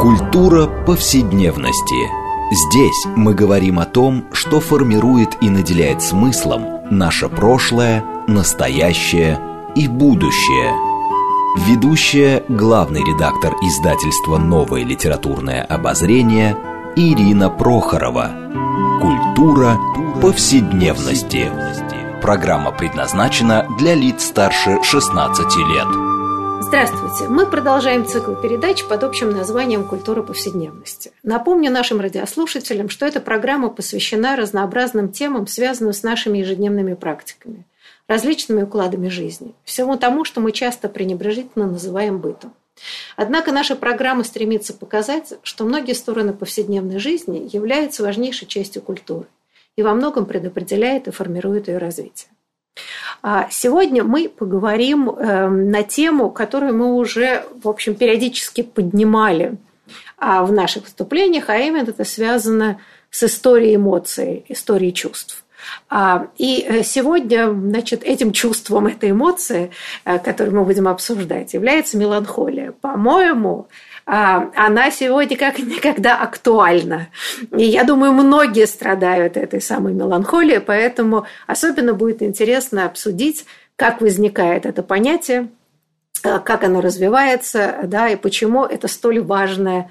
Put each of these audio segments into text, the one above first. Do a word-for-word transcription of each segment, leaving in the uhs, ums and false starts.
Культура повседневности. Здесь мы говорим о том, что формирует и наделяет смыслом наше прошлое, настоящее и будущее. Ведущая, главный редактор издательства «Новое литературное обозрение» Ирина Прохорова. Культура повседневности. Программа предназначена для лиц старше шестнадцати лет. Здравствуйте! Мы продолжаем цикл передач под общим названием «Культура повседневности». Напомню нашим радиослушателям, что эта программа посвящена разнообразным темам, связанным с нашими ежедневными практиками, различными укладами жизни, всему тому, что мы часто пренебрежительно называем бытом. Однако наша программа стремится показать, что многие стороны повседневной жизни являются важнейшей частью культуры и во многом предопределяет и формирует ее развитие. Сегодня мы поговорим на тему, которую мы уже, в общем, периодически поднимали в наших выступлениях, а именно это связано с историей эмоций, историей чувств. И сегодня, значит, этим чувством, этой эмоции, которую мы будем обсуждать, является меланхолия. По-моему, она сегодня как никогда актуальна. И я думаю, многие страдают этой самой меланхолией, поэтому особенно будет интересно обсудить, как возникает это понятие, как оно развивается, да, и почему это столь важная,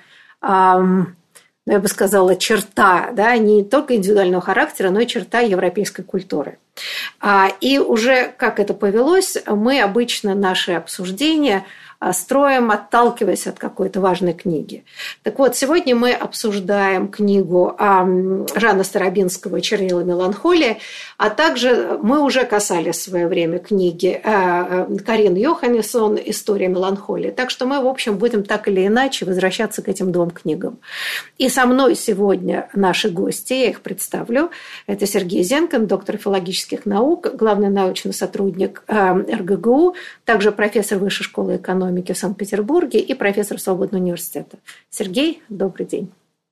я бы сказала, черта, да, не только индивидуального характера, но и черта европейской культуры. И уже как это повелось, мы обычно наши обсуждения строим, отталкиваясь от какой-то важной книги. Так вот, сегодня мы обсуждаем книгу Жана Старобинского «Чернила меланхолии», а также мы уже касались в свое время книги Карин Йоханнессон «История меланхолии». Так что мы, в общем, будем так или иначе возвращаться к этим двум книгам. И со мной сегодня наши гости, я их представлю. Это Сергей Зенкин, доктор филологических наук, главный научный сотрудник эр гэ гэ у, также профессор Высшей школы экономики в Санкт-Петербурге и профессор Свободного университета. Сергей, добрый день.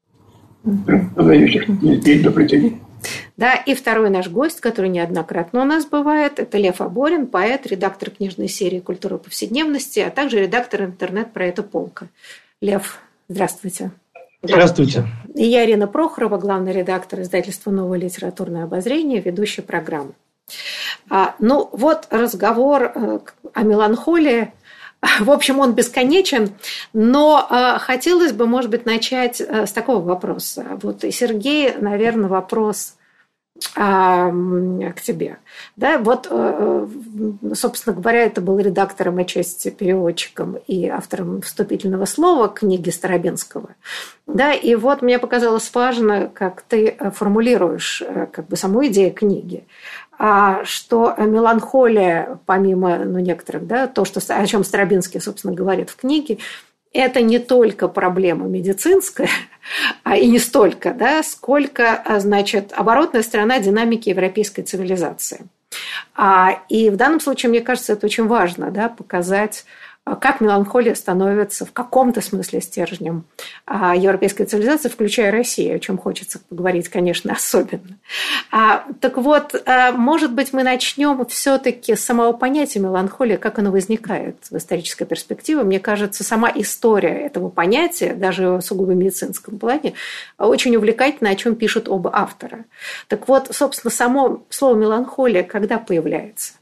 Добрый вечер. Добрый день. Да, и второй наш гость, который неоднократно у нас бывает, это Лев Аборин, поэт, редактор книжной серии «Культура повседневности», а также редактор интернет-проекта «Полка». Лев, здравствуйте. Здравствуйте. И я, Ирина Прохорова, главный редактор издательства «Новое литературное обозрение», ведущая программы. Ну, вот разговор о меланхолии. В общем, он бесконечен, но э, хотелось бы, может быть, начать э, с такого вопроса. Вот, и, Сергей, наверное, вопрос э, к тебе. Да, вот, э, собственно говоря, это был редактором, отчасти переводчиком и автором вступительного слова книги Старобинского. Да, и вот мне показалось важно, как ты формулируешь э, как бы саму идею книги, что меланхолия, помимо ну, некоторых, да, то, что, о чем Старобинский, собственно, говорит в книге, это не только проблема медицинская, а и не столько, да, сколько, значит, оборотная сторона динамики европейской цивилизации. И в данном случае, мне кажется, это очень важно, да, показать, как меланхолия становится в каком-то смысле стержнем европейской цивилизации, включая Россию, о чем хочется поговорить, конечно, особенно. Так вот, может быть, мы начнем все-таки с самого понятия меланхолия, как оно возникает в исторической перспективе. Мне кажется, сама история этого понятия, даже в сугубо медицинском плане, очень увлекательна, о чем пишут оба автора. Так вот, собственно, само слово меланхолия когда появляется?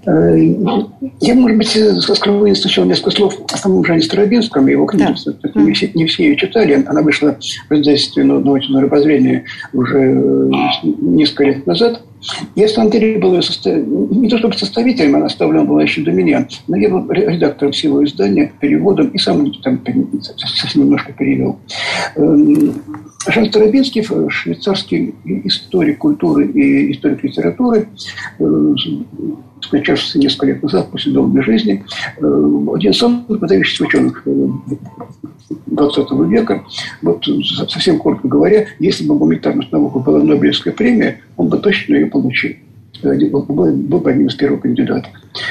Я, может быть, скажу сначала несколько слов о самом Жане Старобинском. Его книги, да. не, все, не все ее читали. Она вышла в издательстве «Новое литературное обозрение» уже несколько лет назад. Я, на самом деле, был ее состав... не то чтобы составителем, она оставлена была еще до меня, но я был редактором всего издания, переводом, и сам там совсем немножко перевел. Жан Старобинский, швейцарский историк культуры и историк литературы, скончавшийся несколько лет назад после долгой жизни, один из самых выдающихся ученых двадцатого века. Вот совсем коротко говоря, если бы гуманитарных наук была Нобелевская премия, он бы точно ее получил. Был, был бы одним из первых кандидатов.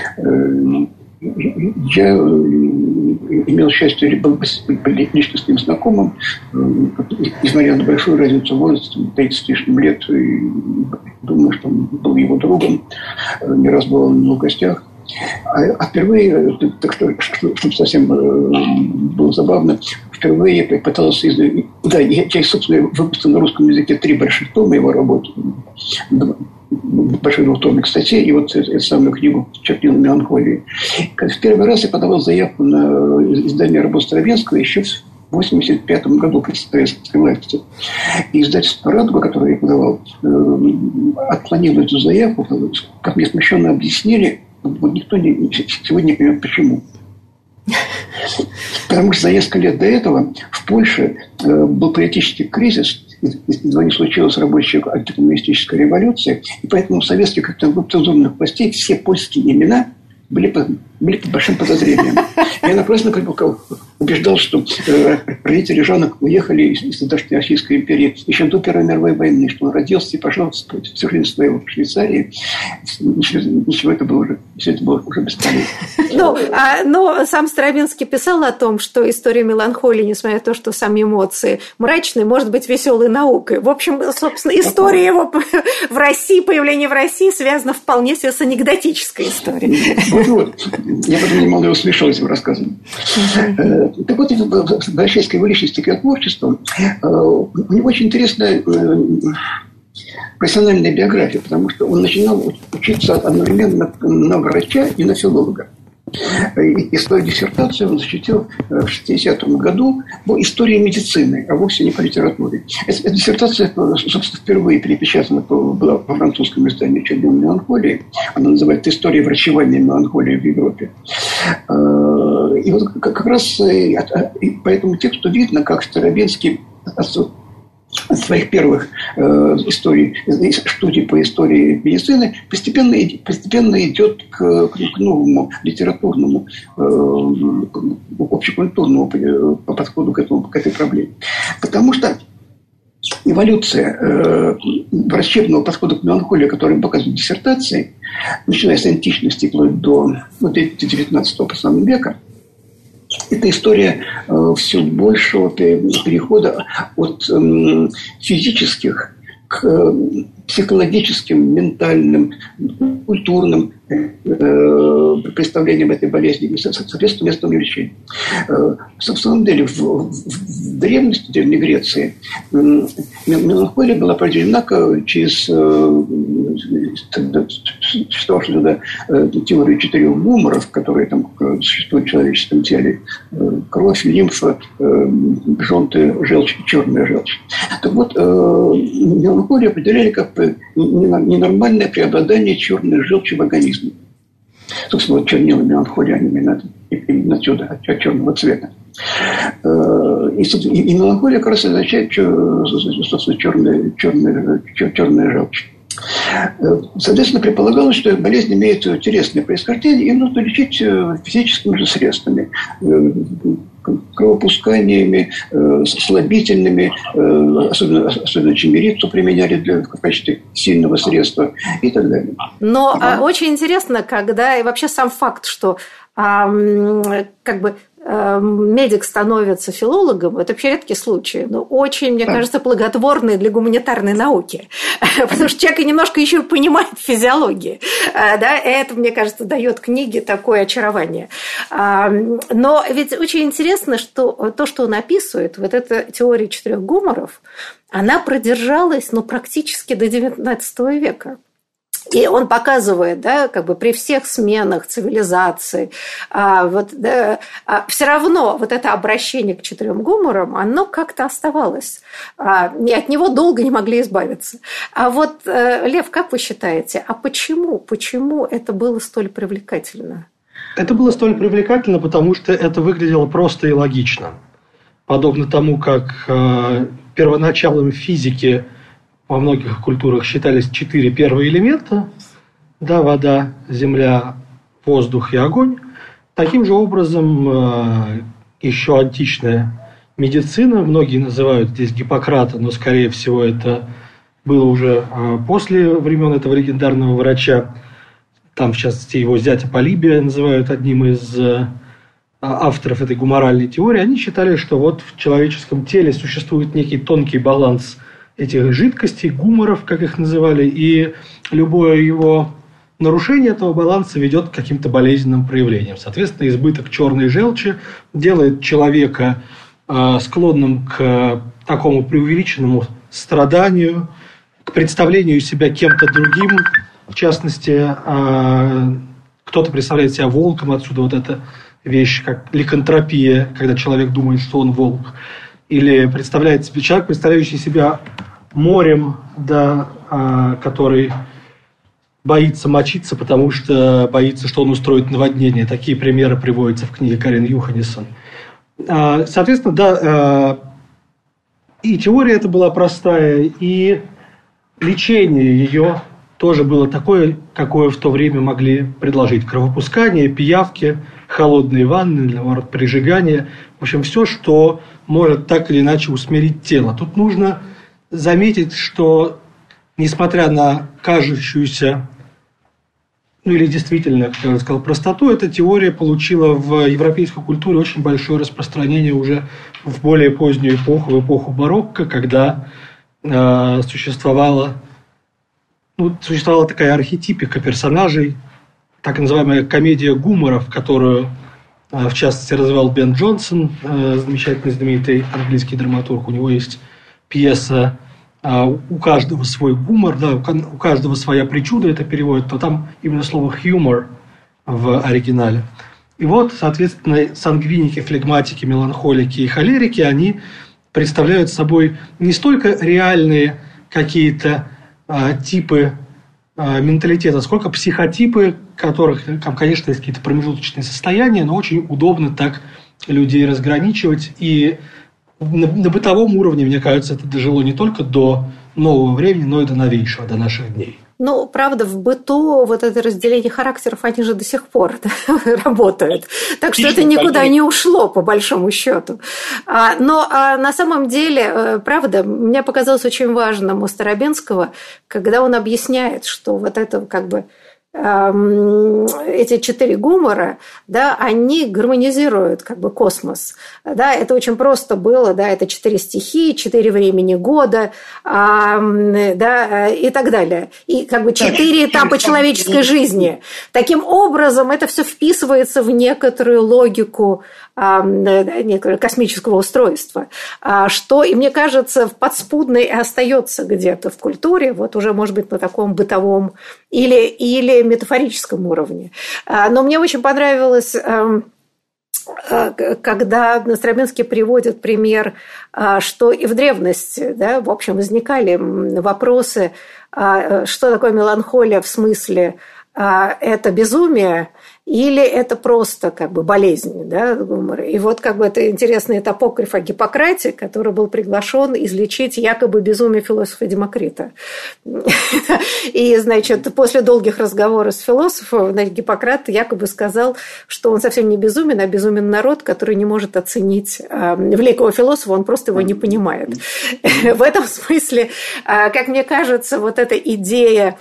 Я имел счастье быть лично с ним знакомым, несмотря на большую разницу в возрасте, тридцать с лишним лет, и думаю, что он был его другом, не раз был в гостях. А, а впервые, так что, чтобы совсем было забавно, впервые я пытался издать... Да, я, я, собственно, выпустил на русском языке три больших тома его работ. Большой двухтомник статей, и вот эту самую книгу «Чернила меланхолии». В первый раз я подавал заявку на издание работ Старобинского еще в восемьдесят пятом году при советской власти. И издательство «Радуга», которое я подавал, отклонило эту заявку, как мне смущенно объяснили, вот никто не, сегодня не понимает, почему. Потому что за несколько лет до этого в Польше был политический кризис, едва не случилась рабочая антикоммунистическая революция, и поэтому у советских цензурных властей все польские имена были под, были под большим подозрением. Я напрасно убеждал, что э, родители Жанок уехали из, из тогдашней Российской империи еще до Первой мировой войны, что он родился и пошел всю жизнь своего в Швейцарии. Ничего, ничего это было уже, все это было уже бесполезно. Ну, а, но сам Старобинский писал о том, что история меланхолии, несмотря на то, что сами эмоции мрачные, может быть веселой наукой. В общем, собственно, история его в России, появление в России связана вполне с анекдотической историей. Вот, вот. Я потом немало его смешал этим рассказом. Так вот, возвращаясь к его личности, к его творчеству, у него очень интересная профессиональная биография, потому что он начинал учиться одновременно на врача и на филолога. И свою диссертацию он защитил в шестидесятом году по истории медицины, а вовсе не по литературе. Эта диссертация, собственно, впервые перепечатана была по французскому изданию «Чернила меланхолии». Она называется «История врачевания меланхолии в Европе». И вот как раз по этому тексту видно, как Старобинский от своих первых э, историй, студий по истории медицины постепенно, постепенно идет к, к новому литературному, э, общекультурному подходу к, этому, к этой проблеме. Потому что эволюция э, врачебного подхода к меланхолии, который показывает диссертации, начиная с античности вплоть до ну, девятнадцатого века, это история э, все большего перехода от э, физических к э, психологическим, ментальным, культурным э, представлениям этой болезни и, соответственно, местному лечению. Э, в самом деле, в, в, в древности, в Древней Греции, э, меланхолия была определена через э, существовавшую тогда э, теорию четырех гуморов, которые там существуют в человеческом теле: э, кровь, лимфа, э, желтая желчь и черная желчь. Так вот, э, меланхолию определяли как ненормальное преобладание черной желчи в организме. Собственно, вот чернила меланхолия, они именно, именно отсюда, от черного цвета. И, и меланхолия как раз означает, собственно, черная, черная, черная желчь. Соответственно, предполагалось, что болезнь имеет интересное происхождение, и нужно лечить физическими же средствами, кровопусканиями, слабительными, особенно, особенно чимерицу применяли для, в качестве сильного средства и так далее. Но а, очень интересно, когда и вообще сам факт, что а, как бы медик становится филологом, это вообще редкий случай, но очень, мне да. кажется, благотворный для гуманитарной науки, потому что человек немножко еще понимает физиологию, да, и это, мне кажется, дает книге такое очарование. Но ведь очень интересно, что то, что он описывает, вот эта теория четырех гуморов, она продержалась, ну, практически до девятнадцатого века. И он показывает, да, как бы при всех сменах цивилизации, а, вот, да, а, все равно вот это обращение к четырем гуморам, оно как-то оставалось. А, и от него долго не могли избавиться. А вот, Лев, как вы считаете, а почему, почему это было столь привлекательно? Это было столь привлекательно, потому что это выглядело просто и логично. Подобно тому, как э, первоначалом физики во многих культурах считались четыре первые элемента, да, вода, земля, воздух и огонь. Таким же образом, э, еще античная медицина, многие называют здесь Гиппократа, но, скорее всего, это было уже э, после времен этого легендарного врача. Там, в частности, его зятя Полибия называют одним из э, авторов этой гуморальной теории. Они считали, что вот в человеческом теле существует некий тонкий баланс этих жидкостей, гуморов, как их называли, и любое его нарушение этого баланса ведет к каким-то болезненным проявлениям. Соответственно, избыток черной желчи делает человека э, склонным к такому преувеличенному страданию, к представлению себя кем-то другим. В частности, э, кто-то представляет себя волком, отсюда вот эта вещь, как ликантропия, когда человек думает, что он волк. Или представляет себе человек, представляющий себя морем, да, э, который боится мочиться, потому что боится, что он устроит наводнение. Такие примеры приводятся в книге Карен Юханессон. Э, соответственно, да, э, и теория эта была простая, и лечение ее тоже было такое, какое в то время могли предложить. Кровопускание, пиявки, холодные ванны, наоборот, прижигание. В общем, все, что может так или иначе усмирить тело. Тут нужно заметить, что, несмотря на кажущуюся, ну или действительно, как я сказал, простоту, эта теория получила в европейской культуре очень большое распространение уже в более позднюю эпоху, в эпоху барокко, когда э, существовала, ну, существовала такая архетипика персонажей, так называемая комедия гуморов, которую, э, в частности, развивал Бен Джонсон, э, замечательный, знаменитый английский драматург. У него есть пьеса «У каждого свой гумор», да, у каждого своя причуда, это переводит, то там именно слово «humor» в оригинале. И вот, соответственно, сангвиники, флегматики, меланхолики и холерики, они представляют собой не столько реальные какие-то а, типы а, менталитета, сколько психотипы, которых, там, конечно, есть какие-то промежуточные состояния, но очень удобно так людей разграничивать. И на, на бытовом уровне, мне кажется, это дожило не только до нового времени, но и до новейшего, до наших дней. Ну, правда, в быту вот это разделение характеров, они же до сих пор работают. Так что это никуда не ушло, по большому счету. Но на самом деле, правда, мне показалось очень важным у Старобинского, когда он объясняет, что вот это как бы эти четыре гумора, да, они гармонизируют как бы космос. Да, это очень просто было, да, это четыре стихии, четыре времени года, а, да, и так далее. И как бы четыре этапа человеческой жизни. Таким образом, это все вписывается в некоторую логику а, некоторого космического устройства, а, что, и мне кажется, подспудно и остается где-то в культуре, вот уже, может быть, на таком бытовом или, или метафорическом уровне. Но мне очень понравилось, когда Старобинский приводит пример, что и в древности, да, в общем, возникали вопросы, что такое меланхолия в смысле это безумие или это просто как бы болезнь, да, гумора. И вот как бы это интересный апокриф о Гиппократе, который был приглашен излечить якобы безумие философа Демокрита. И, значит, после долгих разговоров с философом, Гиппократ якобы сказал, что он совсем не безумен, а безумен народ, который не может оценить великого философа, он просто его не понимает. В этом смысле, как мне кажется, вот эта идея,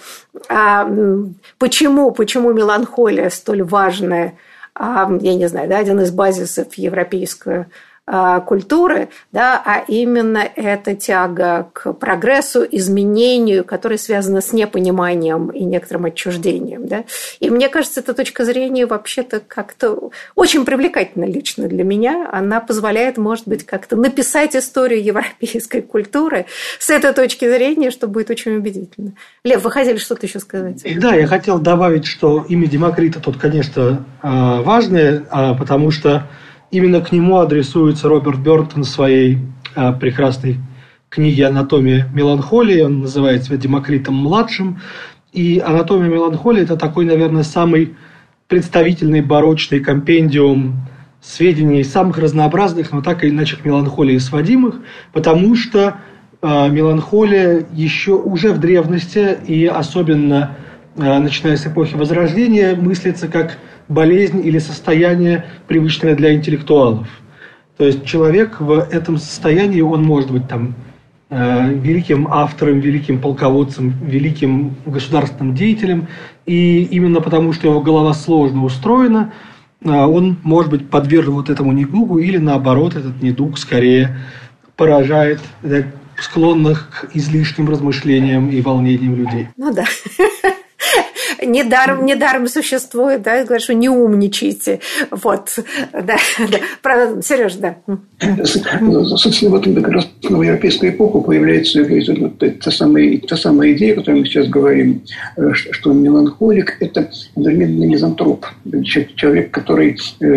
почему, почему меланхолия столь важная, я не знаю, да, один из базисов европейской культуры, да, а именно эта тяга к прогрессу, изменению, которая связана с непониманием и некоторым отчуждением. Да. И мне кажется, эта точка зрения вообще-то как-то очень привлекательна лично для меня. Она позволяет, может быть, как-то написать историю европейской культуры с этой точки зрения, что будет очень убедительно. Лев, вы хотели что-то еще сказать? Да, я хотел добавить, что имя Демокрита тут, конечно, важное, потому что именно к нему адресуется Роберт Бёртон в своей а, прекрасной книге «Анатомия меланхолии». Он называет себя Демокритом-младшим. И «Анатомия меланхолии» – это такой, наверное, самый представительный барочный компендиум сведений самых разнообразных, но так или иначе к меланхолии сводимых, потому что а, меланхолия еще уже в древности, и особенно а, начиная с эпохи Возрождения, мыслится как болезнь или состояние, привычное для интеллектуалов. То есть человек в этом состоянии, он может быть там э, великим автором, великим полководцем, великим государственным деятелем, и именно потому, что его голова сложно устроена, э, он может быть подвержен вот этому недугу, или наоборот, этот недуг скорее поражает да, склонных к излишним размышлениям и волнениям людей. Ну да. недаром, недаром существует, да, говорят, что не умничайте. Вот, да, да. Правда, Сереж, да. Собственно, вот как раз в новоевропейскую эпоху появляется та самая, та самая идея, о которой мы сейчас говорим, что меланхолик – это одновременно мизантроп, человек, который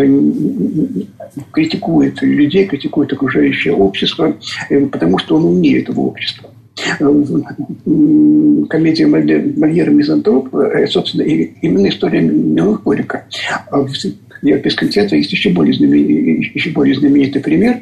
критикует людей, критикует окружающее общество, потому что он умнее этого общества. Комедия Мольера «Мизантроп» – собственно, именно история меланхолика. А в европейском театре есть еще более знаменитый, еще более знаменитый пример,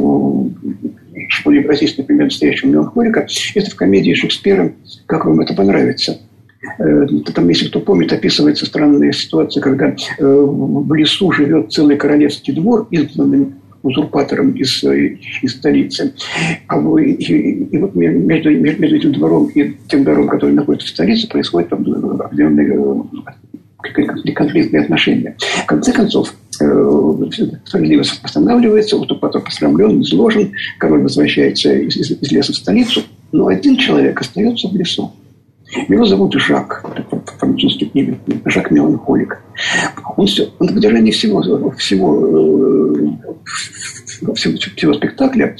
еще более выразительный пример настоящего меланхолика. Это в комедии Шекспира «Как вам это понравится?». Там, если кто помнит, описывается странная ситуация, когда в лесу живет целый королевский двор, изгнанный узурпатором из, из столицы. А вы, и, и вот между, между этим двором и тем двором, который находится в столице, происходят определенные конфликтные отношения. В конце концов, справедливость останавливается, узурпатор посрамлен, изложен, король возвращается из, из, из леса в столицу, но один человек остается в лесу. Его зовут Жак, французский имя, Жак Меланхолик. Он, все, он в протяжении всего, всего, всего, всего спектакля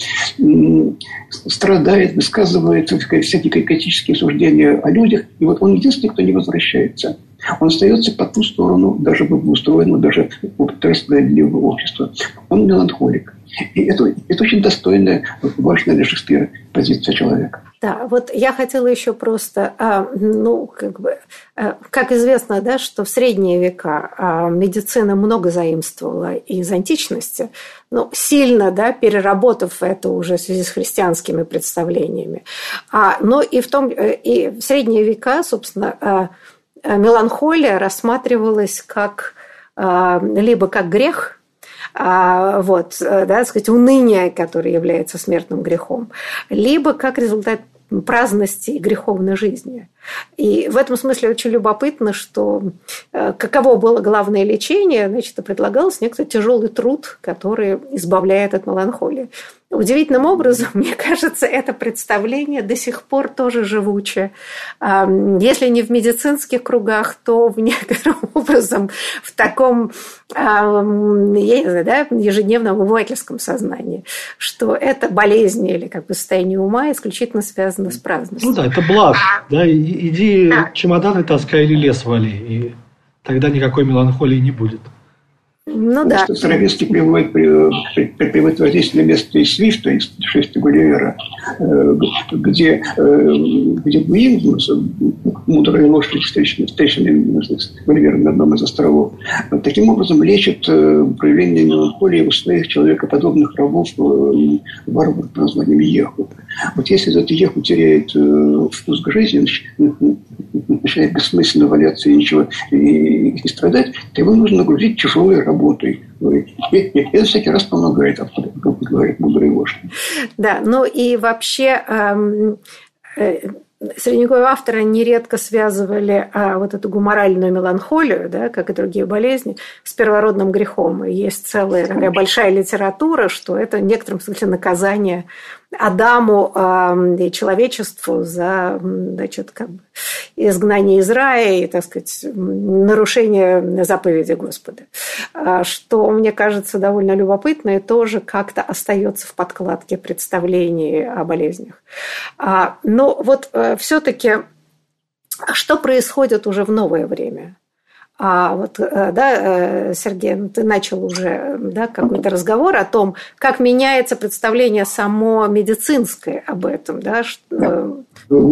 страдает, высказывает всякие критические суждения о людях. И вот он единственный, кто не возвращается. Он остается по ту сторону даже благоустроенного, даже справедливого общества. Он меланхолик. И это, это очень достойная, важная для Шекспира позиция человека. Да, вот я хотела еще просто, ну, как бы, как известно, да, что в средние века медицина много заимствовала из античности, но сильно, да, переработав это уже в связи с христианскими представлениями. Но и в том, и в средние века, собственно, меланхолия рассматривалась как либо как грех, вот, да, так сказать, уныние, которое является смертным грехом, либо как результат праздности и греховной жизни. И в этом смысле очень любопытно, что каково было главное лечение, значит, предлагалось некто тяжелый труд, который избавляет от меланхолии. Удивительным образом, мне кажется, это представление до сих пор тоже живучее. Если не в медицинских кругах, то в некотором образом в таком, я не знаю, да, ежедневном обывательском сознании, что это болезнь или как бы состояние ума исключительно связано с праздностью. Ну да, это блажь. Да, иди да. чемоданы таскай или лес вали, и тогда никакой меланхолии не будет. Ну да. Стравинский приводит, приводит воздействие место из Свифта, из «Шествия Гулливера», где, где Буин, мудрая лошадь, встреченная с Гулливером на одном из островов, таким образом лечит проявление меланхолии у своих человекоподобных рабов варвар под названием Еху. Вот если этот Еху теряет вкус к жизни, начинает бессмысленно валяться и ничего и, и страдать, то его нужно нагрузить тяжелой работой. И это всякий раз помогает, как говорит мудрый вождь. Да, ну и вообще эм, э, средневековые авторы нередко связывали а, вот эту гуморальную меланхолию, да, как и другие болезни, с первородным грехом. И есть целая такая большая литература, что это в некотором смысле наказание Адаму э, и человечеству за, значит, как бы изгнание из рая и, так сказать, нарушение заповеди Господа. Что, мне кажется, довольно любопытно и тоже как-то остается в подкладке представлений о болезнях. Но вот все-таки что происходит уже в новое время? А вот, да, Сергей, ты начал уже, да, какой-то разговор о том, как меняется представление само медицинское об этом, да? В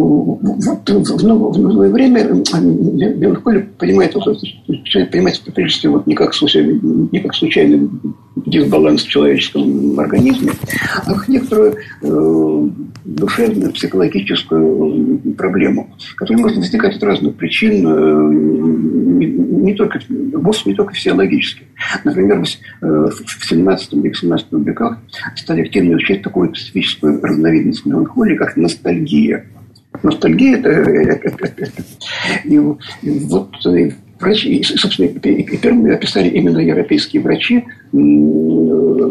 новое время меланхолия понимает, понимается прежде всего вот не как не как случайный дисбаланс в человеческом организме, а как некоторую э, душевную, психологическую проблему, которая может возникать от разных причин, э, не, не только, вовсе не только физиологически. Например, в семнадцатом и восемнадцатом веках стали активно изучать такую специфическую разновидность меланхолии, как ностальгия. Ностальгия – это... И, и вот... Врачи, и, собственно, и первыми описали именно европейские врачи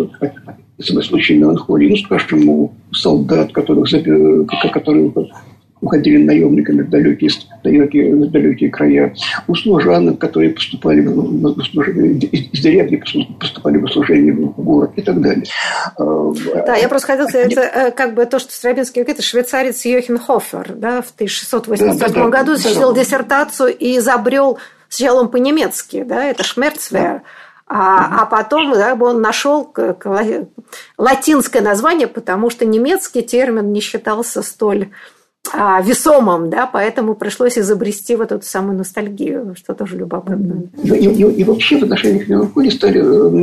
случаи меланхолии. Ну, скажем, у солдат, которых, которых уходили наемниками в далекие, далекие, в далекие края, у служанок, которые поступали в, из деревни, поступали в служение в город и так далее. Да, я просто хотела сказать, это как бы то, что Стравинский говорит, это швейцарец Йохин Хофер, да, в тысяча шестьсот восемьдесят восьмом да, да, году защитил да, диссертацию и изобрел, сначала он по-немецки, да, это Шмерцвер, А, а потом да, он нашел латинское название, потому что немецкий термин не считался столь а, весомым, да, поэтому пришлось изобрести вот эту самую ностальгию, что тоже любопытно. И, и, и вообще в отношении к меланхолии стали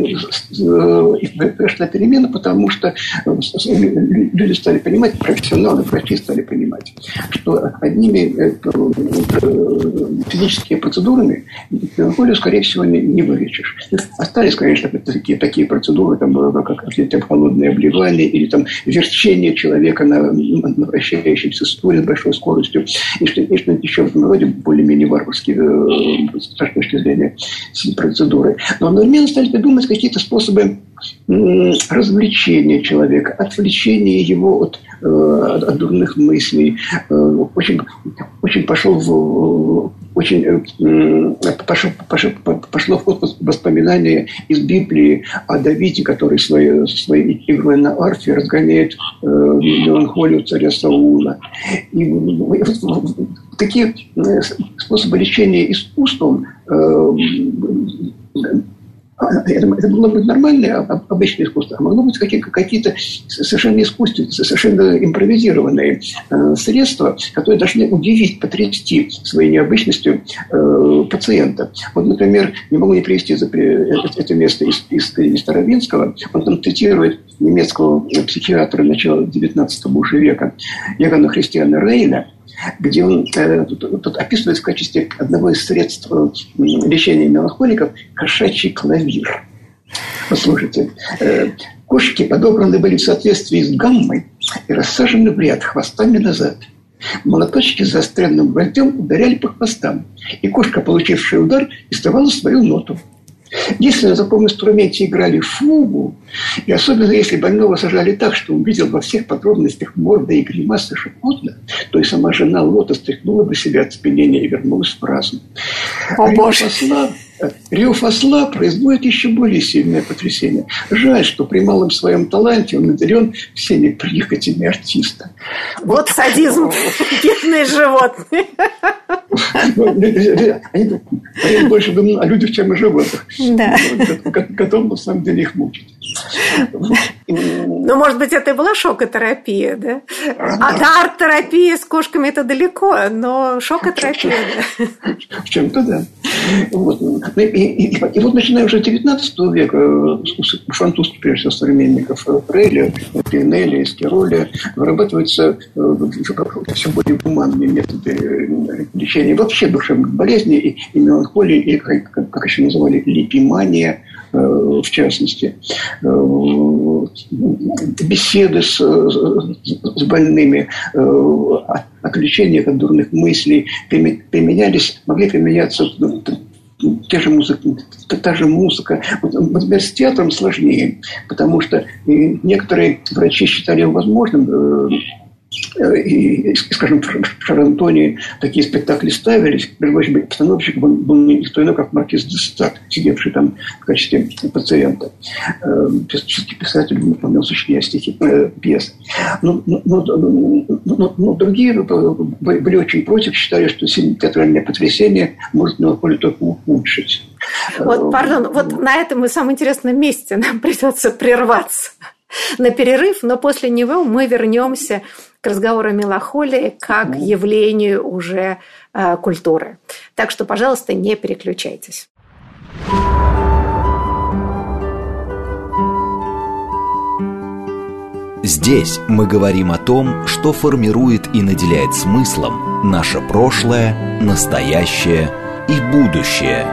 пошла перемена, потому что люди стали понимать, профессионалы, врачи стали понимать, что одними физическими процедурами меланхолию, скорее всего, не, не вылечишь. Остались, конечно, такие, такие процедуры, там, как там, холодное обливание или там верчение человека на, на вращающемся стуле с большой скоростью, и что-нибудь и что еще в этом роде более-менее варварские с точки зрения процедуры. Но одновременно стали придумывать какие-то способы развлечения человека, отвлечения его от, от, от дурных мыслей. Очень, очень пошел в очень пошло, пошло, пошло в ход воспоминания из Библии о Давиде, который своей, своей игрой на арфе разгоняет э, меланхолию царя Саула. И такие способы лечения искусством э, Это, это могло быть нормальное, обычное искусство, а могло быть какие-то, какие-то совершенно искусственные, совершенно импровизированные э, средства, которые должны удивить, потрясти своей необычностью э, пациента. Вот, например, не могу не привести это, это место из, из, из Старовинского. Он там цитирует немецкого психиатра начала девятнадцатого уже века Йоганна Христиана Рейля, где он э, тут, тут описывает в качестве одного из средств э, лечения меланхоликов кошачий клавир. Послушайте, э, кошки подобраны были в соответствии с гаммой и рассажены в ряд хвостами назад. Молоточки с заостренным гвоздем ударяли по хвостам, и кошка, получившая удар, издавала свою ноту. Если на таком инструменте играли фугу, и особенно если больного сажали так, что он видел во всех подробностях морды и гримасы животных, то и сама жена Лота стряхнула бы себя от спьянения и вернулась в разум. О, Боже! Рев осла производит еще более сильное потрясение. Жаль, что при малом своем таланте он наделен всеми прихотями артиста. Вот садизм. Бедные животные. Они больше думают о людях, чем о животных. Да. Готов на самом деле их мучить. Ну, может быть, это и была шокотерапия, да? А да, арт-терапия с кошками это далеко, но шокотерапия, да. В чем-то да. Вот. И, и, и, и вот начиная уже с девятнадцатого века французских, прежде всего, современников Рейля, Пинелли, Скироля вырабатываются все более гуманные методы лечения вообще душевных болезней и, и меланхолии, и, как, как еще называли, липимания, в частности, беседы с, с больными, отвлечения от дурных мыслей применялись, могли применяться те же музыки, та же музыка. Вот, например, с театром сложнее, потому что некоторые врачи считали возможным, и, скажем, в Шар-Антонии такие спектакли ставились. Постановщик был, был никто иной, как маркиз де Стад, сидевший там в качестве пациента. Чешский писатель выполнял сочинения стихи, э, пьесы. Но, но, но, но, но другие были очень против, считали, что сильное театральное потрясение может меланхолию только ухудшить. Вот, пардон, вот на этом и самом интересном месте нам придется прерваться на перерыв, но после него мы вернемся к разговору о меланхолии как mm. явлению уже э, культуры. Так что, пожалуйста, не переключайтесь. Здесь мы говорим о том, что формирует и наделяет смыслом наше прошлое, настоящее и будущее.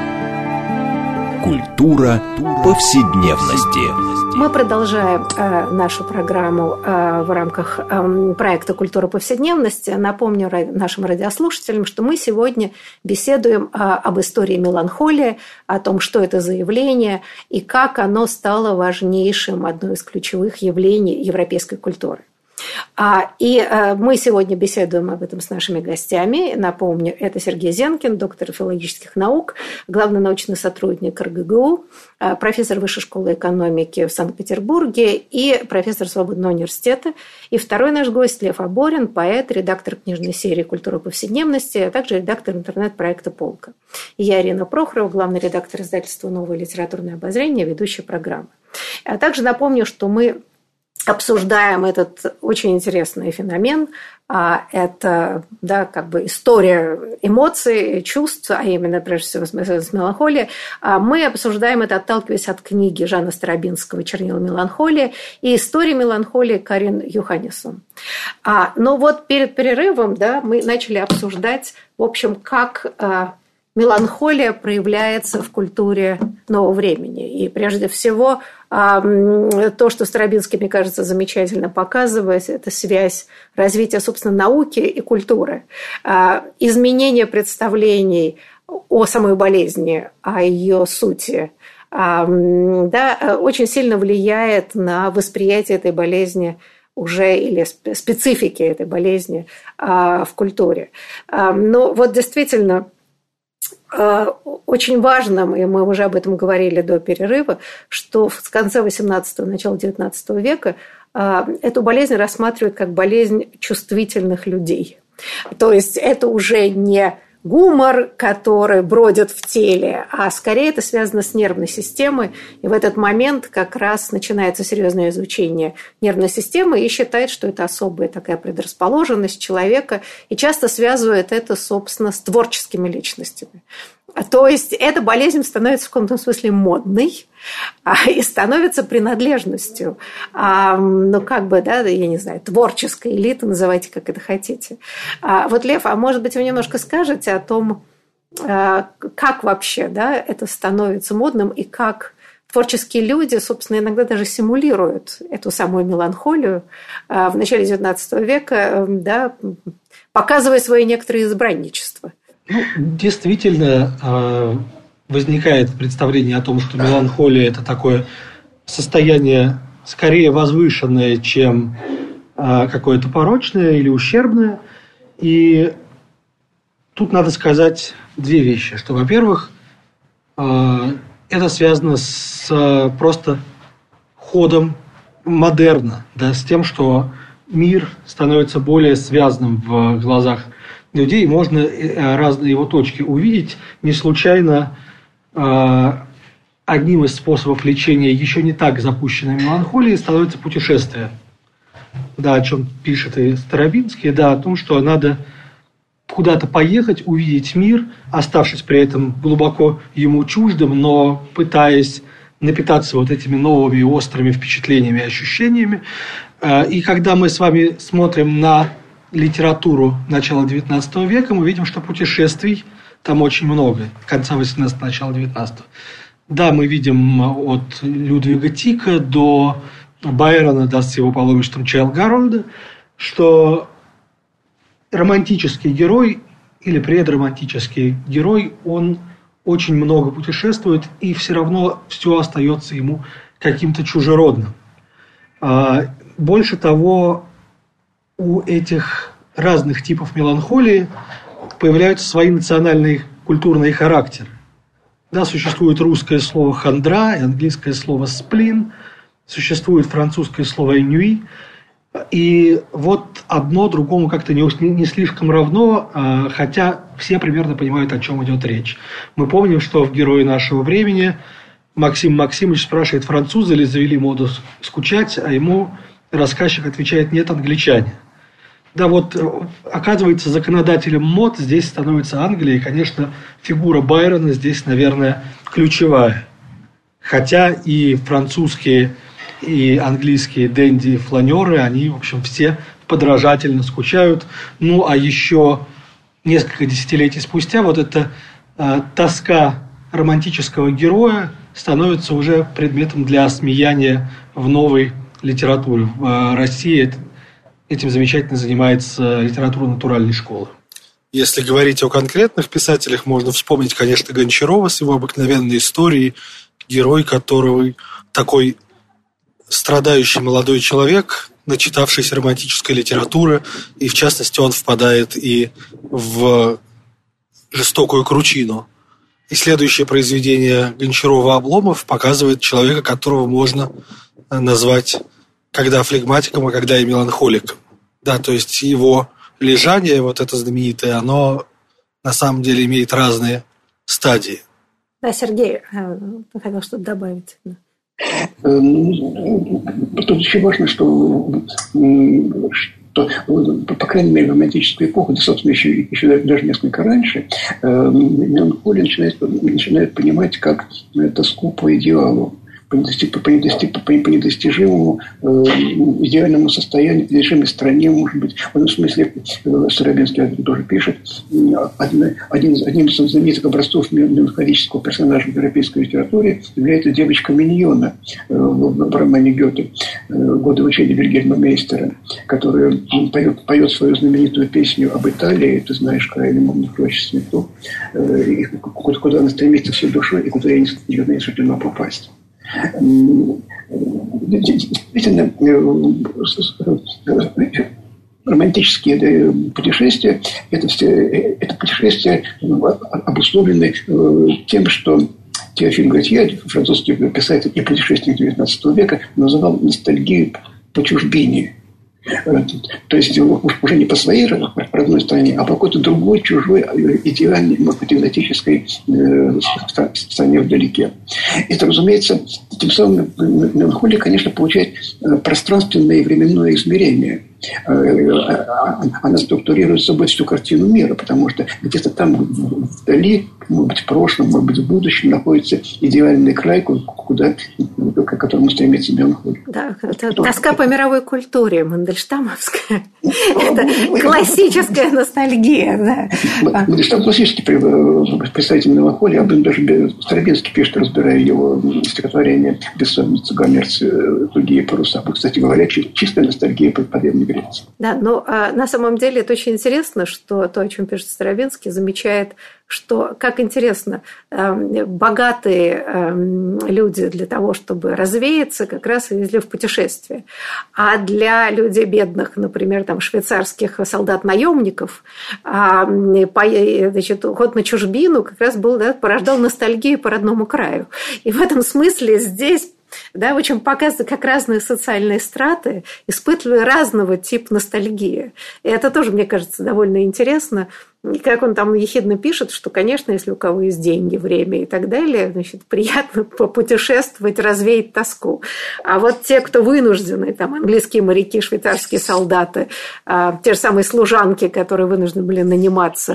Культура повседневности. Мы продолжаем э, нашу программу э, в рамках э, проекта «Культура повседневности». Напомню нашим радиослушателям, что мы сегодня беседуем э, об истории меланхолии, о том, что это за явление и как оно стало важнейшим, одной из ключевых явлений европейской культуры. И мы сегодня беседуем об этом с нашими гостями. Напомню, это Сергей Зенкин, доктор филологических наук, главный научный сотрудник эр гэ гэ у, профессор Высшей школы экономики в Санкт-Петербурге и профессор Свободного университета. И второй наш гость Лев Аборин, поэт, редактор книжной серии «Культура повседневности», а также редактор интернет-проекта «Полка». И я, Ирина Прохорова, главный редактор издательства «Новое литературное обозрение», ведущая программы. А также напомню, что мы обсуждаем этот очень интересный феномен. Это, да, как бы история эмоций, чувств, а именно, прежде всего, с меланхолией. Мы обсуждаем это, отталкиваясь от книги Жана Старобинского «Чернила меланхолии» и истории меланхолии Карин Юханнессон. Но вот перед перерывом, да, мы начали обсуждать, в общем, как меланхолия проявляется в культуре нового времени. И прежде всего то, что Старобинский, мне кажется, замечательно показывает, это связь развития, собственно, науки и культуры. Изменение представлений о самой болезни, о ее сути, да, очень сильно влияет на восприятие этой болезни уже или специфики этой болезни в культуре. Но вот действительно очень важным, и мы уже об этом говорили до перерыва, что в конце восемнадцатого, начало девятнадцатого века эту болезнь рассматривают как болезнь чувствительных людей. То есть это уже не гумор, который бродит в теле, а скорее это связано с нервной системой. И в этот момент как раз начинается серьезное изучение нервной системы и считает, что это особая такая предрасположенность человека, и часто связывает это, собственно, с творческими личностями. То есть эта болезнь становится в каком-то смысле модной и становится принадлежностью, ну, как бы, да, я не знаю, творческой элиты, называйте, как это хотите. Вот, Лев, а может быть, вы немножко скажете о том, как вообще, да, это становится модным и как творческие люди, собственно, иногда даже симулируют эту самую меланхолию в начале девятнадцатого века, да, показывая свои некоторые избранничества. Ну, действительно, возникает представление о том, что меланхолия – это такое состояние скорее возвышенное, чем какое-то порочное или ущербное. И тут надо сказать две вещи. Что, во-первых, это связано с просто ходом модерна, да, с тем, что мир становится более связанным в глазах людей, можно разные его точки увидеть. Не случайно одним из способов лечения еще не так запущенной меланхолии становится путешествие. Да, о чем пишет и Старобинский, да, о том, что надо куда-то поехать, увидеть мир, оставшись при этом глубоко ему чуждым, но пытаясь напитаться вот этими новыми острыми впечатлениями и ощущениями. И когда мы с вами смотрим на литературу начала девятнадцатого века, мы видим, что путешествий там очень много, конца восемнадцатого, начала девятнадцатого. Да, мы видим от Людвига Тика до Байрона, да, с его паломничеством Чайлд Гарольда, что романтический герой или предромантический герой, он очень много путешествует, и все равно все остается ему каким-то чужеродным. Больше того, у этих разных типов меланхолии появляются свои национальные культурные характеры. Да, существует русское слово «хандра» и английское слово «сплин», существует французское слово «энюи». И вот одно другому как-то не, не слишком равно, хотя все примерно понимают, о чем идет речь. Мы помним, что в «Герое нашего времени» Максим Максимович спрашивает, французы ли завели моду скучать, а ему рассказчик отвечает, нет, англичане. Да, вот, оказывается, законодателем мод здесь становится Англия, и, конечно, фигура Байрона здесь, наверное, ключевая. Хотя и французские, и английские денди и фланеры, они, в общем, все подражательно скучают. Ну, а еще несколько десятилетий спустя вот эта э, тоска романтического героя становится уже предметом для осмеяния в новой литературе. В э, России это Этим замечательно занимается литература натуральной школы. Если говорить о конкретных писателях, можно вспомнить, конечно, Гончарова с его обыкновенной историей, герой которого такой страдающий молодой человек, начитавшийся романтической литературы, и в частности он впадает и в жестокую кручину. И следующее произведение Гончарова «Обломов» показывает человека, которого можно назвать когда флегматиком, а когда и меланхоликом. Да, то есть его лежание, вот это знаменитое, оно на самом деле имеет разные стадии. Да, Сергей, ты хотел что-то добавить? Тут еще важно, что, что по крайней мере, в романтическую эпоху, да, собственно, еще, еще даже несколько раньше, меланхолия начинает, начинает понимать как тоску по идеалу, по, недостиг, по, недостиг, по, по недостижимому э, идеальному состоянию, недостижимой стране, может быть. В этом смысле э, Старобинский тоже пишет, один, один, одним из знаменитых образцов меланхолического персонажа в европейской литературе является девочка Миньона э, в, в романе Гёте э, «Годы учения» Вильгельма Мейстера, которая поет, поет свою знаменитую песню об Италии «Ты знаешь, край лимонных рощ цветов», э, и куда, куда она стремится всей душой и куда ей никогда не суждено попасть. Действительно, романтические путешествия это, все, это путешествия обусловлены тем, что Теофиль Готье, французский писатель и путешественник девятнадцатого века, называл ностальгию по чужбине. То есть уже не по своей родной стране, а по какой-то другой, чужой, идеальной, может быть, экзотической стране вдалеке. Это, разумеется, тем самым меланхолия, конечно, получает пространственное и временное измерение. Она структурирует собой всю картину мира, потому что где-то там вдали, может быть, в прошлом, может быть, в будущем находится идеальный край, куда, к которому стремится меланхолия. Да, это тоска по мировой культуре мандельштамовская. Это классическая ностальгия. Мандельштам классический представитель меланхолии, об этом даже Старобинский пишет, разбирая его стихотворение «Бессонница, Гомерц, другие паруса». Кстати говоря, чистая ностальгия по древней Греции. Да, но а, на самом деле это очень интересно, что то, о чем пишет Старобинский, замечает, что, как интересно, э, богатые э, люди для того, чтобы развеяться, как раз и везли в путешествие. А для людей бедных, например, там, швейцарских солдат-наемников, э, по, значит, уход на чужбину как раз был, да, порождал ностальгию по родному краю. И в этом смысле здесь, да, очень показывают, как разные социальные страты испытывали разного типа ностальгии. И это тоже, мне кажется, довольно интересно. И как он там ехидно пишет, что, конечно, если у кого есть деньги, время и так далее, значит, приятно попутешествовать, развеять тоску. А вот те, кто вынуждены, там, английские моряки, швейцарские солдаты, те же самые служанки, которые вынуждены были наниматься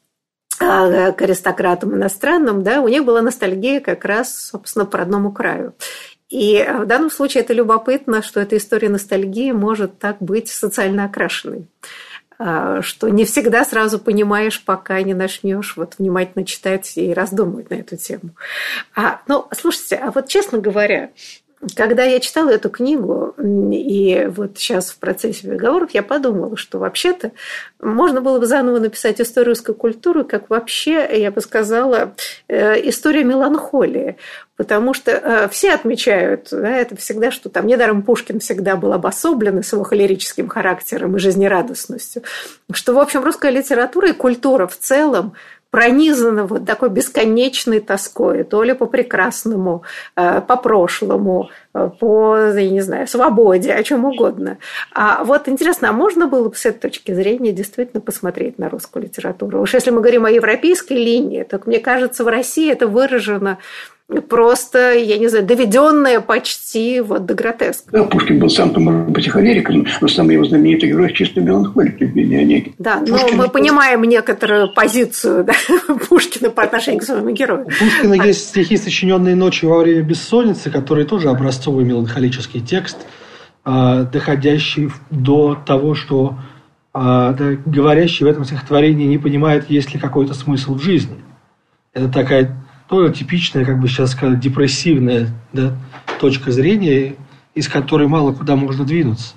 к аристократам иностранным, да, у них была ностальгия как раз, собственно, по родному краю. И в данном случае это любопытно, что эта история ностальгии может так быть социально окрашенной, что не всегда сразу понимаешь, пока не начнешь вот внимательно читать и раздумывать на эту тему. А, ну, слушайте, а вот честно говоря, когда я читала эту книгу, и вот сейчас в процессе переговоров, я подумала, что вообще-то можно было бы заново написать историю русской культуры, как вообще, я бы сказала, история меланхолии. Потому что все отмечают, да, это всегда, что там недаром Пушкин всегда был обособлен с его холерическим характером и жизнерадостностью, что, в общем, русская литература и культура в целом пронизана вот такой бесконечной тоской, то ли по прекрасному, по прошлому, по, я не знаю, свободе, о чем угодно. А вот интересно, а можно было бы с этой точки зрения действительно посмотреть на русскую литературу? Уж если мы говорим о европейской линии, то, мне кажется, в России это выражено просто, я не знаю, доведенное почти вот до гротеска. Да, Пушкин был сам-то, может быть, и холериком, но самый его знаменитый герой чисто меланхолик, Евгений Онегин. Да, но Пушкин... мы понимаем некоторую позицию, да, Пушкина по отношению к своему герою. У Пушкина а... есть стихи, сочиненные ночью во время бессонницы, которые тоже образцовый меланхолический текст, доходящий до того, что говорящий в этом стихотворении не понимает, есть ли какой-то смысл в жизни. Это такая тоже типичная, как бы сейчас сказать, депрессивная, да, точка зрения, из которой мало куда можно двинуться.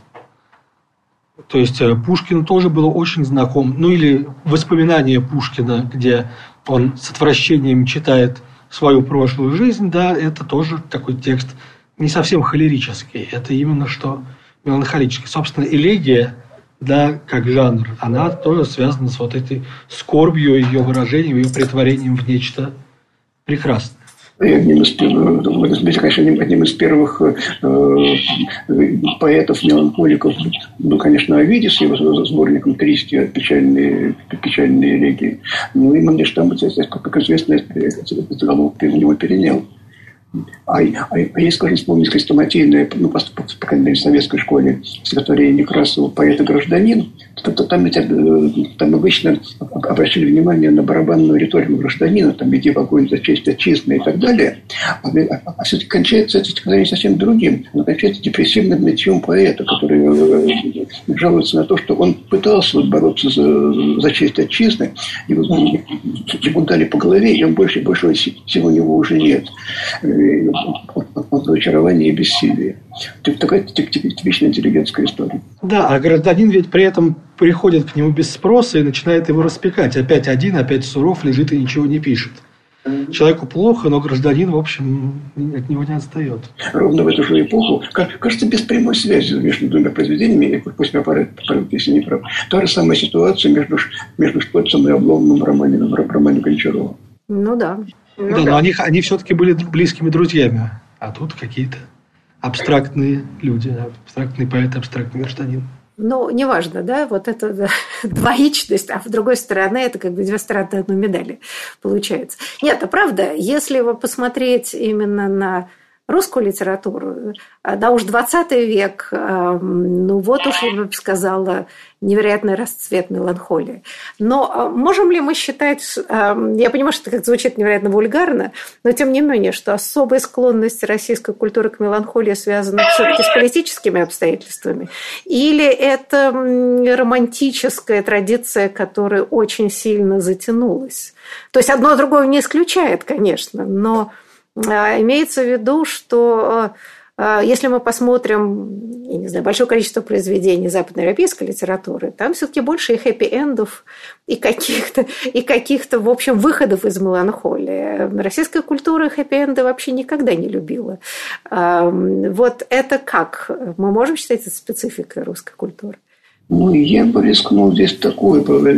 То есть Пушкину тоже было очень знаком, ну или воспоминания Пушкина, где он с отвращением читает свою прошлую жизнь, да, это тоже такой текст не совсем холерический. Это именно что меланхолической. Собственно, элегия, да, как жанр, она тоже связана с вот этой скорбью, ее выражением, ее претворением в нечто прекрасное. И одним из первых, в этом смысле, конечно, одним из первых э, поэтов-меланхоликов был, конечно, Овидий с его сборником «Тристи. Печальные, печальные элегии». Ну и Мандельштам, как известно, этот заголовок у него перенял. А, а, а если, скажем, вспомнить хрестоматийное, ну, по, по, по крайней мере, в советской школе стихотворение Некрасова «Поэт и гражданин», то, то там, там обычно обращали внимание на барабанную риторику гражданина, там «иди в огонь за честь отчизны» и так далее. А, а, а все-таки кончается это стихотворение совсем другим. Оно кончается депрессивным нытьем поэта, который э, жалуется на то, что он пытался вот бороться за, за честь отчизны, его, ему дали по голове, и он больше, больше всего у него уже нет. Разочарование и бессилие. Такая типичная интеллигентская история. Да, а гражданин ведь при этом приходит к нему без спроса и начинает его распекать. Опять один, опять суров, лежит и ничего не пишет. Человеку плохо, но гражданин, в общем, от него не отстает. Ровно в эту же эпоху, кажется, без прямой связи между двумя произведениями, пусть меня поправит, если не прав, та же самая ситуация между, между Штольцем и Обломовым в романе, в романе Гончарова. Ну да. Ну, да, да, но они, они все-таки были близкими друзьями, а тут какие-то абстрактные люди, абстрактный поэт, абстрактный гражданин. Ну, неважно, да, вот это да, двоичность, а с другой стороны, это как бы две стороны одной медали получается. Нет, а правда, если его посмотреть именно на русскую литературу, да уж двадцатый век, ну вот уж я бы сказала, невероятный расцвет меланхолии. Но можем ли мы считать, я понимаю, что это как звучит невероятно вульгарно, но тем не менее, что особая склонность российской культуры к меланхолии связана все-таки с политическими обстоятельствами? Или это романтическая традиция, которая очень сильно затянулась? То есть одно другое не исключает, конечно, но имеется в виду, что если мы посмотрим, я не знаю, большое количество произведений западноевропейской литературы, там все-таки больше и хэппи-эндов, и каких-то, и каких-то, в общем, выходов из меланхолии. Российская культура хэппи-энды вообще никогда не любила. Вот это как? Мы можем считать это спецификой русской культуры? Ну, я бы рискнул здесь такое,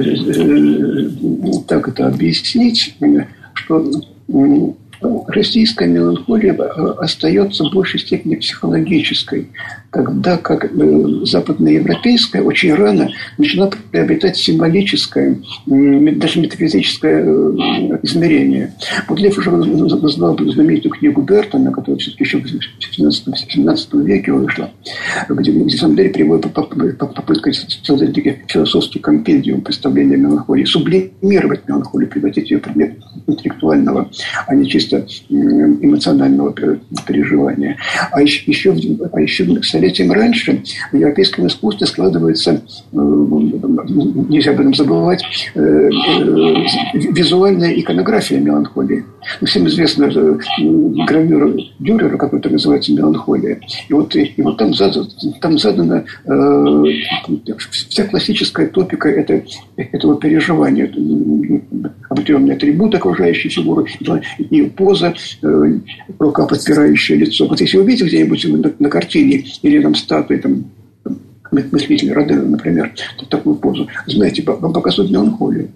так это объяснить, что российская меланхолия остается в большей степени психологической, тогда как западноевропейская очень рано начала приобретать символическое, даже метафизическое измерение. Вот Лев уже назвал знаменитую книгу Бертона, которая все-таки еще в семнадцатом веке вышла, где, где на самом деле приводит попытка создать философский компендиум представления меланхолии, сублимировать меланхолию, превратить ее в предмет интеллектуального, а не чисто эмоционального переживания. А еще, а еще столетием раньше в европейском искусстве складывается, нельзя об этом забывать, визуальная иконография меланхолии. Ну, всем известна гравюра Дюрера, какой-то называется «Меланхолия». И вот, и вот там, задано, там задана э, вся классическая топика это, этого переживания. Определенные атрибуты окружающей фигуры и поза, э, рука, подпирающая лицо. Вот если вы видите где-нибудь на, на картине или там статуи, там, мыслитель Родена, например, такую позу, знаете, вам показывают меланхолию.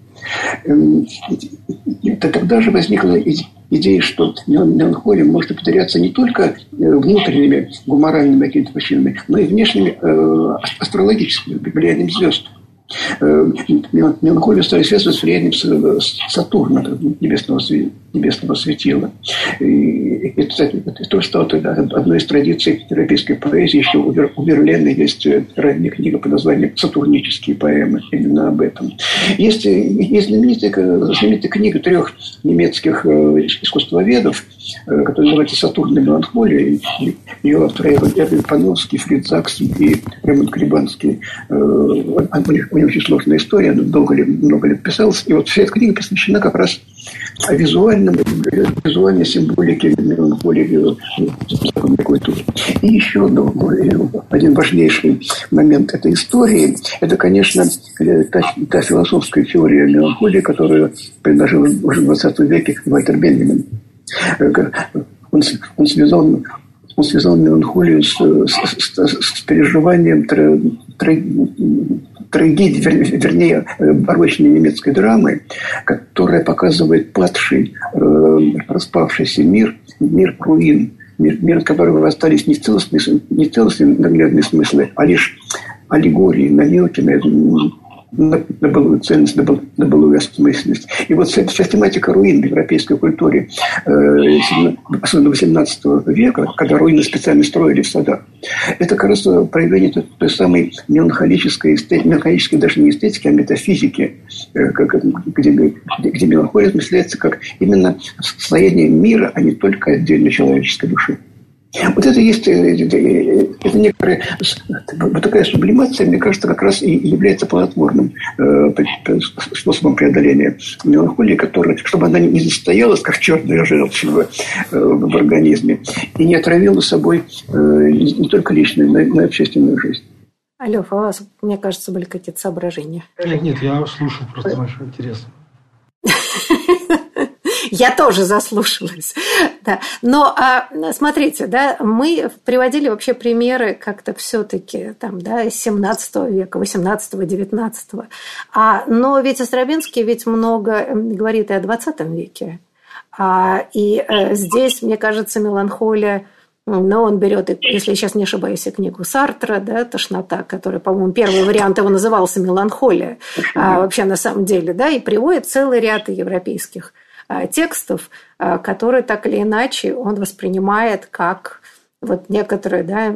Тогда же возникла идея, что меланхолия может повторяться не только внутренними гуморальными какими-то причинами, но и внешними астрологическими влиянием звезд. Меланхолию стали связывать с влиянием Сатурна, небесного, небесного светила. И это, это тоже стало одной из традиций европейской поэзии. Еще у Верлена есть ранняя книга под названием «Сатурнические поэмы». Именно об этом. Есть, есть знаменитая, знаменитая книга трех немецких искусствоведов, которая называется «Сатурн и меланхолия». Ее авторы Эрвин Пановский, Фрид Закс и Ремонт Крибанский. У него очень сложная история, она долго лет, много лет писалась. И вот вся эта книга посвящена как раз визуальным, визуальной символике меланхолии. И еще один важнейший момент этой истории – это, конечно, та, та философская теория меланхолии, которую предложил уже в двадцатом веке Вальтер Бенджамин. Он, он связал он связал меланхолию с, с, с, с переживанием тр, тр, трагедии, вер, вернее, барочной немецкой драмы, которая показывает падший, э, распавшийся мир, мир руин, мир, мир, от которого остались не целостные, не целостные наглядные смыслы, а лишь аллегории, намеки на, на, на былую ценность, на, был, на былую осмысленность. И вот вся, вся тематика руин в европейской культуре, э, особенно восемнадцатого века, когда руины специально строили в садах, это как раз проявление той, той самой меланхолической, эстет, меланхолической даже не эстетики, а метафизики, э, как, где, где, где меланхолия осмысляется как именно состояние мира, а не только отдельной человеческой души. Вот это есть, это некоторая, вот такая сублимация, мне кажется, как раз и является плодотворным способом преодоления меланхолии, которая, чтобы она не застоялась, как черная желчь в, в организме, и не отравила собой не только личную, но и общественную жизнь. Алёв, а у вас, мне кажется, были какие-то соображения? Нет, я слушал просто большой интерес. Я тоже заслушалась. Да. Но а, смотрите, да, мы приводили вообще примеры как-то все-таки там, да, из семнадцатого века, восемнадцатого, девятнадцатого. А, но ведь Островинский ведь много говорит и о двадцатом веке. А, и а, здесь, мне кажется, меланхолия. Но он берет, если я сейчас не ошибаюсь, и книгу Сартра, да, «Тошнота», который, по-моему, первый вариант его назывался «Меланхолия», а, вообще на самом деле, да, и приводит целый ряд европейских текстов, которые так или иначе он воспринимает как вот некоторое, да,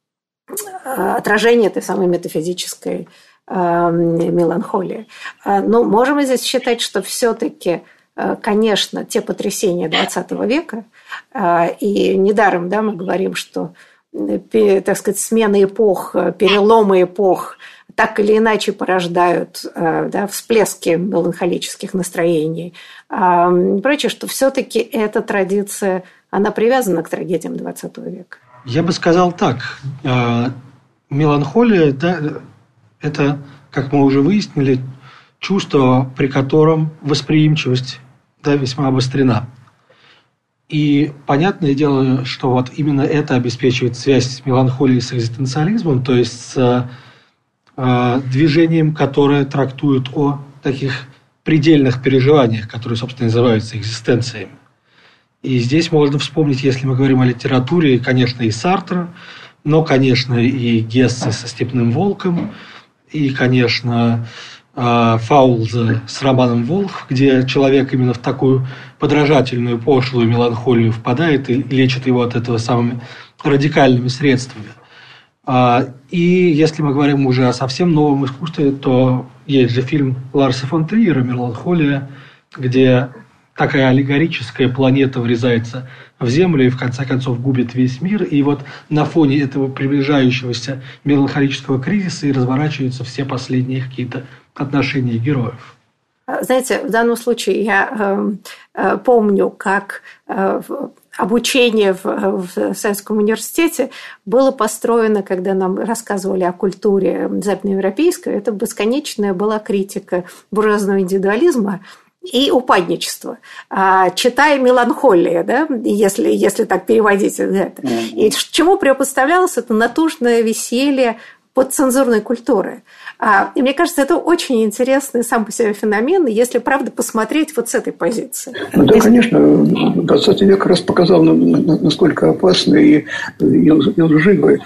отражение этой самой метафизической меланхолии. Но можем мы здесь считать, что все-таки, конечно, те потрясения двадцатого века, и недаром, да, мы говорим, что, так сказать, смена эпох, переломы эпох так или иначе порождают, да, всплески меланхолических настроений и прочее, что все-таки эта традиция, она привязана к трагедиям двадцатого века. Я бы сказал так. Меланхолия, да, это, как мы уже выяснили, чувство, при котором восприимчивость, да, весьма обострена. И понятное дело, что вот именно это обеспечивает связь с меланхолией, с экзистенциализмом, то есть с движением, которое трактует о таких предельных переживаниях, которые, собственно, называются экзистенциями. И здесь можно вспомнить, если мы говорим о литературе, конечно, и Сартра, но, конечно, и Гессе со «Степным волком», и, конечно, Фаулза с романом «Волк», где человек именно в такую подражательную, пошлую меланхолию впадает и лечит его от этого самыми радикальными средствами. И если мы говорим уже о совсем новом искусстве, то есть же фильм Ларса фон Триера «Меланхолия», где такая аллегорическая планета врезается в Землю и в конце концов губит весь мир. И вот на фоне этого приближающегося меланхолического кризиса и разворачиваются все последние какие-то отношения героев. Знаете, в данном случае я э, помню, как э, обучение в, в Советском университете было построено, когда нам рассказывали о культуре западноевропейской. Это бесконечная была критика буржуазного индивидуализма и упадничества. А, читая «Меланхолия», да, если, если так переводить это. И чему противопоставлялось это натужное веселье подцензурной культуры. И мне кажется, это очень интересный сам по себе феномен, если, правда, посмотреть вот с этой позиции. Ну, да, если... конечно. двадцатый век раз показал, насколько опасны и, и лживы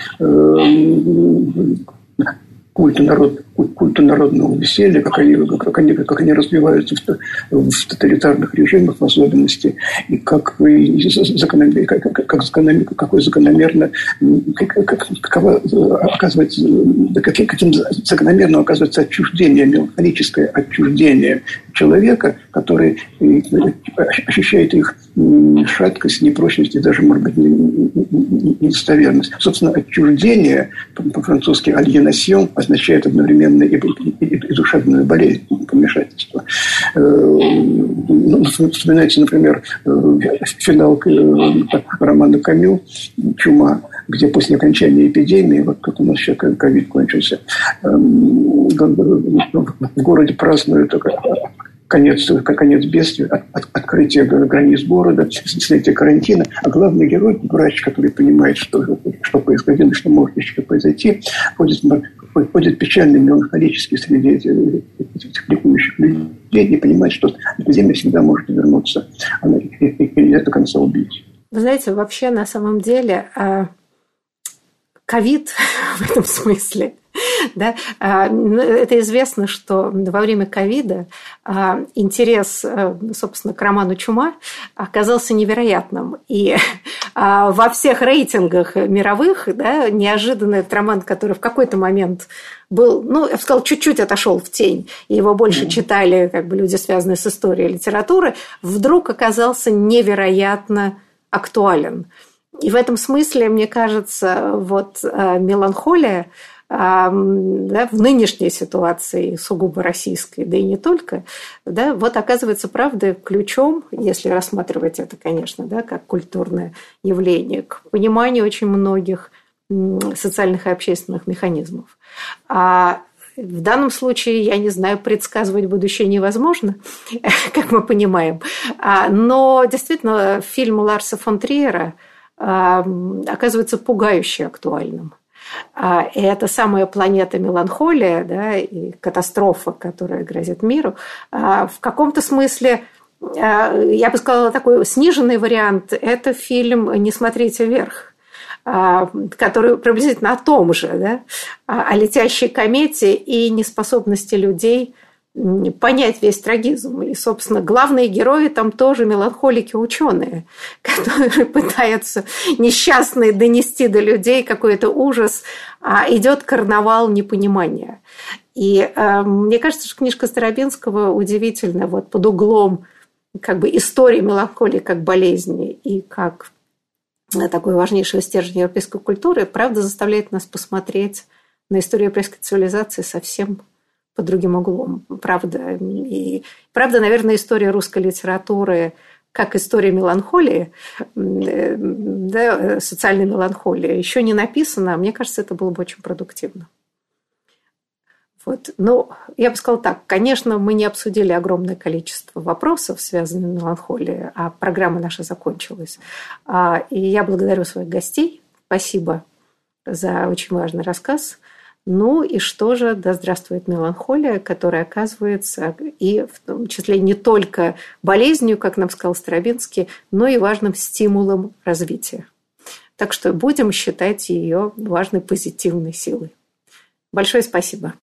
культы, народ, культы народного веселья, как они, как они, как они развиваются в, в тоталитарных режимах в особенности, и как, и закономер, как, как закономер, какой закономерно, как, какова оказывается, каким, каким закономерно оказывается отчуждение, меланхолическое отчуждение человека, который ощущает их шаткость, непрочность и даже, может быть, недостоверность. Собственно, отчуждение, по-французски «aliénation», означает одновременно и, и, и душевную болезнь, помешательство. Ну, вспоминайте, например, финал романа Камю «Чума», где после окончания эпидемии, вот как у нас сейчас ковид кончился, в городе празднуют конец, конец бедствия, от, от, открытие границ города, снятие карантина. А главный герой, врач, который понимает, что, что происходило, что может еще произойти, ходит, ходит печальный, меланхолический среди этих ликующих людей, не понимает, что эпидемия всегда может вернуться. Она и до конца убить. Вы знаете, вообще на самом деле ковид в этом смысле, да, это известно, что во время ковида интерес, собственно, к роману «Чума» оказался невероятным. И во всех рейтингах мировых, да, неожиданно этот роман, который в какой-то момент был, ну, я бы сказала, чуть-чуть отошел в тень, и его больше читали как бы люди, связанные с историей литературы, вдруг оказался невероятно актуален. И в этом смысле, мне кажется, вот меланхолия, да, в нынешней ситуации, сугубо российской, да и не только, да, вот оказывается, правда, ключом, если рассматривать это, конечно, да, как культурное явление, к пониманию очень многих социальных и общественных механизмов. А в данном случае, я не знаю, предсказывать будущее невозможно, как мы понимаем. Но действительно, фильм Ларса фон Триера оказывается пугающе актуальным. И это самая планета меланхолия, да, и катастрофа, которая грозит миру, в каком-то смысле, я бы сказала, такой сниженный вариант – это фильм «Не смотрите вверх», который приблизительно о том же, да, о летящей комете и неспособности людей понять весь трагизм. И, собственно, главные герои там тоже меланхолики-ученые, которые пытаются несчастные донести до людей какой-то ужас, а идет карнавал непонимания. И э, мне кажется, что книжка Старобинского удивительна вот под углом как бы истории меланхолии как болезни и как такой важнейший стержень европейской культуры, правда, заставляет нас посмотреть на историю европейской цивилизации совсем под другим углом. Правда, и, правда, наверное, история русской литературы как история меланхолии, да, социальной меланхолии, еще не написана. Мне кажется, это было бы очень продуктивно. Вот. Ну, я бы сказала так. Конечно, мы не обсудили огромное количество вопросов, связанных с меланхолией, а программа наша закончилась. И я благодарю своих гостей. Спасибо за очень важный рассказ. Ну и что же, да здравствует меланхолия, которая оказывается и в том числе не только болезнью, как нам сказал Старобинский, но и важным стимулом развития. Так что будем считать ее важной позитивной силой. Большое спасибо.